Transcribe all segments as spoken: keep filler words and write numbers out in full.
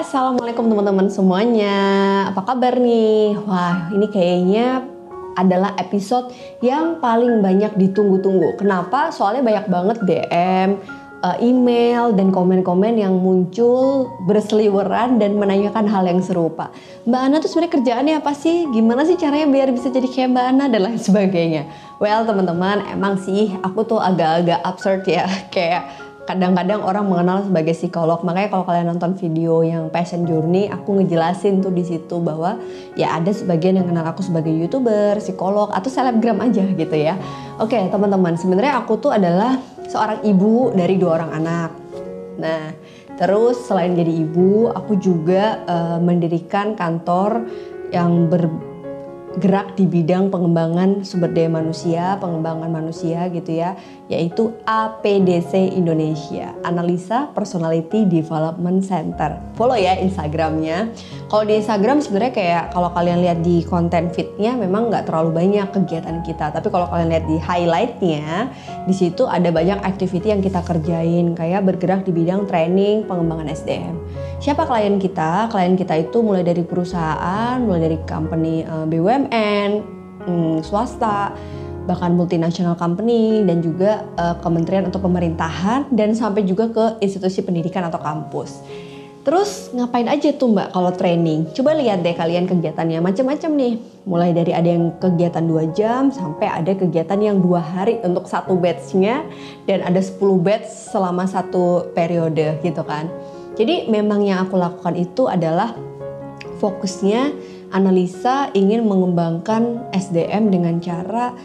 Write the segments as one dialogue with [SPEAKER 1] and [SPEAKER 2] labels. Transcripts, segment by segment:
[SPEAKER 1] Assalamualaikum teman-teman semuanya. Apa kabar nih? Wah, ini kayaknya adalah episode yang paling banyak ditunggu-tunggu. Kenapa? Soalnya banyak banget D M, eh, email, dan komen-komen yang muncul berseliweran dan menanyakan hal yang serupa. Mbak Ana tuh sebenarnya kerjaannya apa sih? Gimana sih caranya biar bisa jadi kayak Mbak Ana dan lain sebagainya. Well teman-teman, emang sih aku tuh agak-agak absurd ya. Kayak kadang-kadang orang mengenal sebagai psikolog, makanya kalau kalian nonton video yang passion journey, aku ngejelasin tuh di situ bahwa ya ada sebagian yang kenal aku sebagai youtuber, psikolog, atau selebgram aja gitu ya. Oke teman-teman, sebenarnya aku tuh adalah seorang ibu dari dua orang anak. Nah, terus selain jadi ibu, aku juga uh, mendirikan kantor yang ber gerak di bidang pengembangan sumber daya manusia, pengembangan manusia gitu ya, yaitu A P D C Indonesia, Analisa Personality Development Center. Follow ya Instagramnya. Kalau di Instagram sebenarnya kayak kalau kalian lihat di konten feednya memang nggak terlalu banyak kegiatan kita, tapi kalau kalian lihat di highlightnya, di situ ada banyak activity yang kita kerjain, kayak bergerak di bidang training pengembangan S D M. Siapa klien kita? Klien kita itu mulai dari perusahaan, mulai dari company uh, B U M N, hmm, swasta, bahkan multinational company, dan juga uh, kementerian atau pemerintahan, dan sampai juga ke institusi pendidikan atau kampus. Terus ngapain aja tuh Mbak kalau training? Coba lihat deh kalian kegiatannya, macam-macam nih. Mulai dari ada yang kegiatan dua jam sampai ada kegiatan yang dua hari untuk satu batch-nya, dan ada sepuluh batch selama satu periode gitu kan. Jadi memang yang aku lakukan itu adalah fokusnya analisa, ingin mengembangkan S D M dengan cara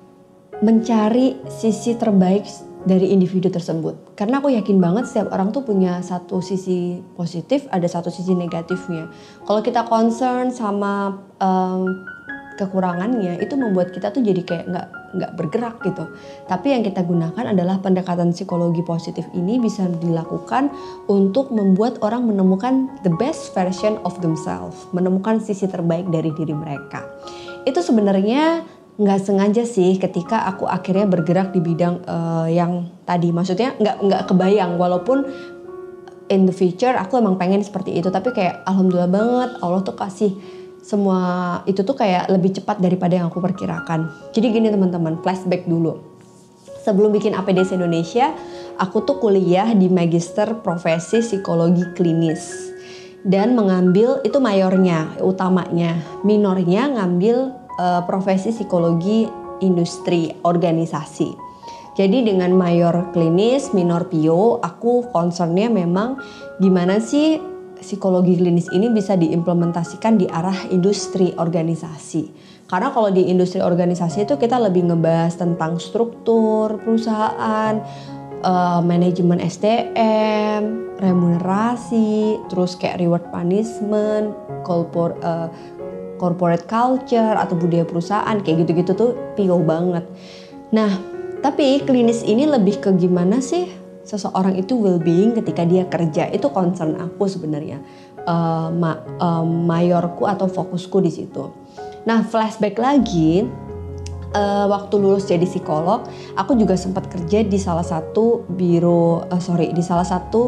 [SPEAKER 1] mencari sisi terbaik dari individu tersebut. Karena aku yakin banget setiap orang tuh punya satu sisi positif, ada satu sisi negatifnya. Kalau kita concern sama um, kekurangannya, itu membuat kita tuh jadi kayak nggak nggak bergerak gitu. Tapi yang kita gunakan adalah pendekatan psikologi positif ini bisa dilakukan untuk membuat orang menemukan the best version of themselves, menemukan sisi terbaik dari diri mereka. Itu sebenarnya nggak sengaja sih ketika aku akhirnya bergerak di bidang uh, yang tadi, maksudnya nggak nggak kebayang, walaupun in the future aku emang pengen seperti itu, tapi kayak alhamdulillah banget Allah tuh kasih semua itu tuh kayak lebih cepat daripada yang aku perkirakan. Jadi gini teman-teman, flashback dulu. Sebelum bikin A P D C Indonesia, aku tuh kuliah di Magister Profesi Psikologi Klinis. Dan mengambil, itu mayornya, utamanya. Minornya ngambil uh, profesi psikologi industri, organisasi. Jadi dengan mayor klinis, minor pio, aku concernnya memang gimana sih psikologi klinis ini bisa diimplementasikan di arah industri organisasi. Karena kalau di industri organisasi itu kita lebih ngebahas tentang struktur perusahaan, uh, manajemen S D M, remunerasi, terus kayak reward punishment, corporate, uh, corporate culture atau budaya perusahaan, kayak gitu-gitu tuh pio banget. Nah, tapi klinis ini lebih ke gimana sih seseorang itu well-being ketika dia kerja. Itu concern aku sebenarnya, uh, ma uh, mayorku atau fokusku di situ. Nah, flashback lagi, uh, waktu lulus jadi psikolog, aku juga sempat kerja di salah satu biro, uh, sorry, di salah satu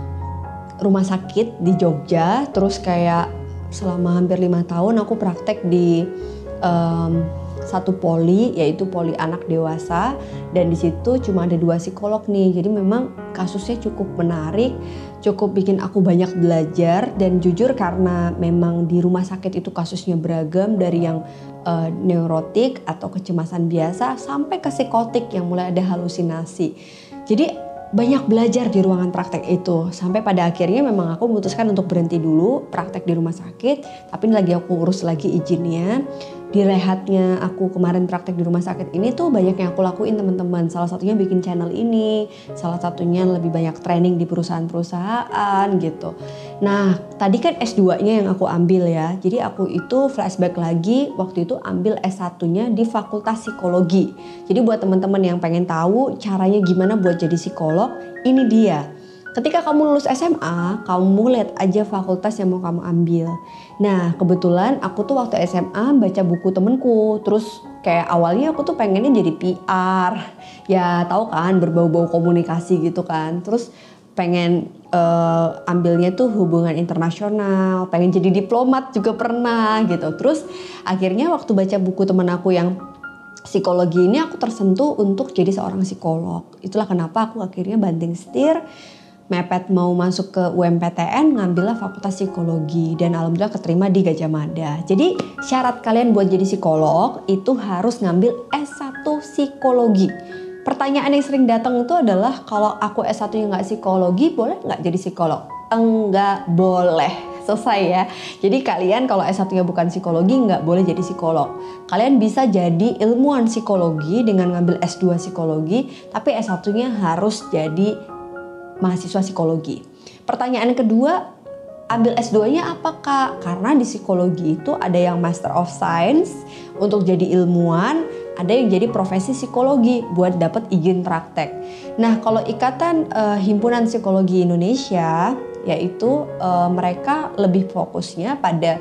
[SPEAKER 1] rumah sakit di Jogja. Terus kayak selama hampir lima tahun aku praktek di um, satu poli, yaitu poli anak dewasa, dan di situ cuma ada dua psikolog nih. Jadi memang kasusnya cukup menarik, cukup bikin aku banyak belajar, dan jujur karena memang di rumah sakit itu kasusnya beragam, dari yang uh, neurotik atau kecemasan biasa sampai ke psikotik yang mulai ada halusinasi. Jadi banyak belajar di ruangan praktek itu, sampai pada akhirnya memang aku memutuskan untuk berhenti dulu praktek di rumah sakit. Tapi ini lagi aku urus lagi izinnya. Di rehatnya aku kemarin praktek di rumah sakit ini tuh banyak yang aku lakuin teman-teman. Salah satunya bikin channel ini, salah satunya lebih banyak training di perusahaan-perusahaan gitu. Nah, tadi kan S dua-nya yang aku ambil ya. Jadi aku itu flashback lagi, waktu itu ambil S satu-nya di Fakultas Psikologi. Jadi buat teman-teman yang pengen tahu caranya gimana buat jadi psikolog, ini dia. Ketika kamu lulus S M A, kamu lihat aja fakultas yang mau kamu ambil. Nah, kebetulan aku tuh waktu S M A baca buku temenku. Terus kayak awalnya aku tuh pengennya jadi P R. Ya tahu kan, berbau-bau komunikasi gitu kan. Terus pengen uh, ambilnya tuh hubungan internasional, pengen jadi diplomat juga pernah gitu. Terus akhirnya waktu baca buku temen aku yang psikologi ini, aku tersentuh untuk jadi seorang psikolog. Itulah kenapa aku akhirnya banting setir, mepet mau masuk ke U M P T N, ngambillah fakultas psikologi dan alhamdulillah keterima di Gajah Mada. Jadi syarat kalian buat jadi psikolog itu harus ngambil S satu psikologi. Pertanyaan yang sering datang itu adalah, kalau aku S satu-nya nggak psikologi, boleh nggak jadi psikolog? Enggak boleh. Selesai ya. Jadi kalian kalau S satu-nya bukan psikologi nggak boleh jadi psikolog. Kalian bisa jadi ilmuwan psikologi dengan ngambil S dua psikologi, tapi S satu-nya harus jadi mahasiswa psikologi. Pertanyaan kedua, ambil S dua-nya apa Kak? Karena di psikologi itu ada yang Master of Science untuk jadi ilmuwan, ada yang jadi profesi psikologi buat dapat izin praktek. Nah, kalau Ikatan uh, Himpunan Psikologi Indonesia, yaitu uh, mereka lebih fokusnya pada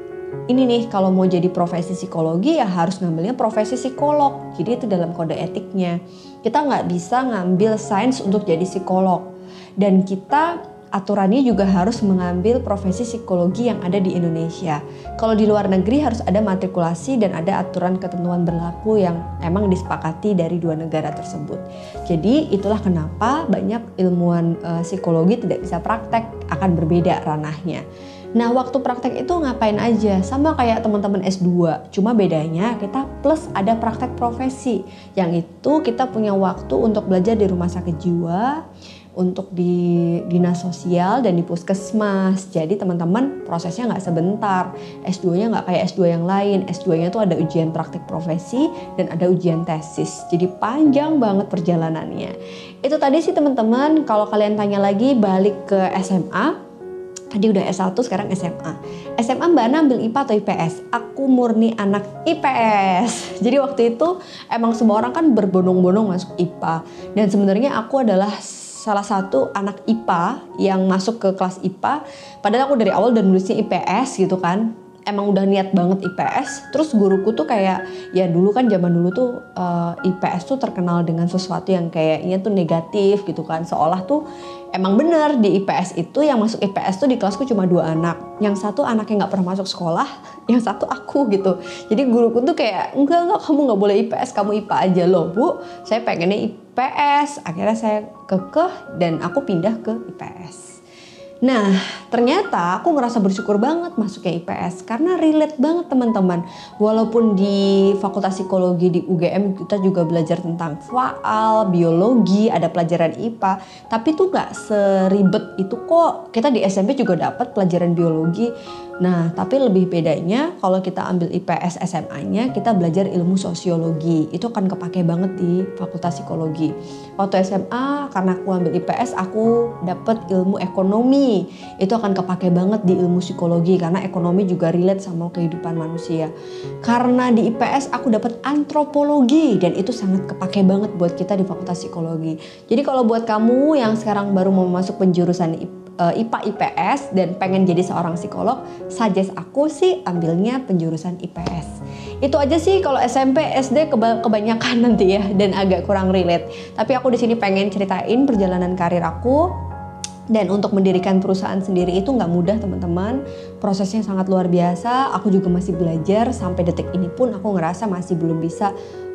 [SPEAKER 1] ini nih, kalau mau jadi profesi psikologi ya harus ngambilnya profesi psikolog. Jadi itu dalam kode etiknya. Kita nggak bisa ngambil sains untuk jadi psikolog. Dan kita aturannya juga harus mengambil profesi psikologi yang ada di Indonesia. Kalau di luar negeri harus ada matrikulasi dan ada aturan ketentuan berlaku yang emang disepakati dari dua negara tersebut. Jadi itulah kenapa banyak ilmuwan e, psikologi tidak bisa praktek, akan berbeda ranahnya. Nah, waktu praktek itu ngapain aja? Sama kayak teman-teman S dua, cuma bedanya kita plus ada praktek profesi. Yang itu kita punya waktu untuk belajar di rumah sakit jiwa, untuk di dinas sosial dan di puskesmas. Jadi teman-teman prosesnya nggak sebentar. S dua-nya nggak kayak S dua yang lain. S dua-nya tuh ada ujian praktik profesi dan ada ujian tesis. Jadi panjang banget perjalanannya. Itu tadi sih teman-teman. Kalau kalian tanya lagi balik ke S M A. Tadi udah S satu, sekarang S M A. S M A Mbak Ana ambil I P A atau I P S? Aku murni anak I P S. Jadi waktu itu emang semua orang kan berbondong-bondong masuk I P A. Dan sebenarnya aku adalah salah satu anak I P A yang masuk ke kelas I P A. Padahal aku dari awal udah nulisnya I P S gitu kan. Emang udah niat banget I P S. Terus guruku tuh kayak, ya dulu kan zaman dulu tuh uh, I P S tuh terkenal dengan sesuatu yang kayaknya tuh negatif gitu kan. Seolah tuh emang bener di I P S itu yang masuk I P S tuh di kelasku cuma dua anak. Yang satu anaknya gak pernah masuk sekolah, yang satu aku gitu. Jadi guruku tuh kayak, enggak enggak kamu gak boleh I P S, kamu I P A aja loh Bu. Saya pengennya I P S. Akhirnya saya kekeh dan aku pindah ke I P S. Nah, ternyata aku ngerasa bersyukur banget masuknya I P S karena relate banget teman-teman. Walaupun di Fakultas Psikologi di U G M kita juga belajar tentang faal, biologi, ada pelajaran I P A, tapi tuh gak seribet itu kok. Kita di S M P juga dapat pelajaran biologi. Nah, tapi lebih bedanya kalau kita ambil I P S S M A-nya, kita belajar ilmu sosiologi. Itu kan kepake banget di Fakultas Psikologi. Waktu S M A, karena aku ambil I P S, aku dapat ilmu ekonomi. Itu akan kepake banget di ilmu psikologi karena ekonomi juga relate sama kehidupan manusia. Karena di I P S aku dapat antropologi dan itu sangat kepake banget buat kita di Fakultas Psikologi. Jadi kalau buat kamu yang sekarang baru mau masuk penjurusan I P S, I P A I P S dan pengen jadi seorang psikolog, suggest aku sih ambilnya penjurusan I P S. Itu aja sih kalau S M P, S D keba- kebanyakan nanti ya dan agak kurang relate. Tapi aku di sini pengen ceritain perjalanan karir aku. Dan untuk mendirikan perusahaan sendiri itu nggak mudah teman-teman. Prosesnya sangat luar biasa. Aku juga masih belajar sampai detik ini pun aku ngerasa masih belum bisa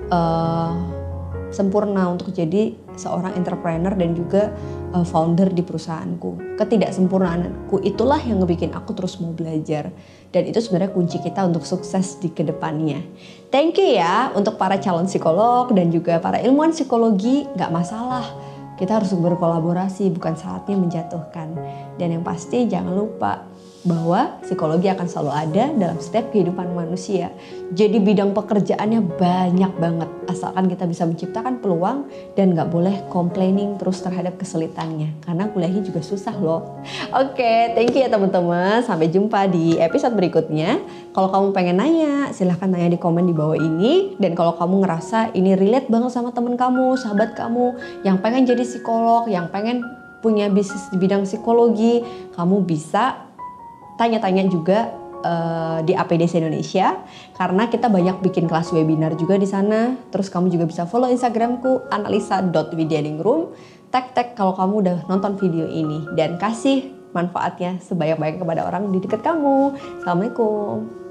[SPEAKER 1] uh, sempurna untuk jadi seorang entrepreneur dan juga uh, founder di perusahaanku. Ketidaksempurnaanku itulah yang ngebikin aku terus mau belajar. Dan itu sebenarnya kunci kita untuk sukses di kedepannya. Thank you ya untuk para calon psikolog dan juga para ilmuwan psikologi. Nggak masalah. Kita harus berkolaborasi, bukan saatnya menjatuhkan. Dan yang pasti jangan lupa bahwa psikologi akan selalu ada dalam setiap kehidupan manusia. Jadi bidang pekerjaannya banyak banget. Asalkan kita bisa menciptakan peluang dan gak boleh complaining terus terhadap kesulitannya. Karena kuliahnya juga susah loh. Oke, okay, thank you ya teman-teman. Sampai jumpa di episode berikutnya. Kalau kamu pengen nanya, silahkan tanya di komen di bawah ini. Dan kalau kamu ngerasa ini relate banget sama temen kamu, sahabat kamu, yang pengen jadi psikolog, yang pengen punya bisnis di bidang psikologi, kamu bisa tanya-tanya juga uh, di A P D C Indonesia karena kita banyak bikin kelas webinar juga di sana. Terus kamu juga bisa follow Instagramku analisa dot widianingrum. Tag-tag kalau kamu udah nonton video ini dan kasih manfaatnya sebanyak-banyaknya kepada orang di dekat kamu. Assalamualaikum.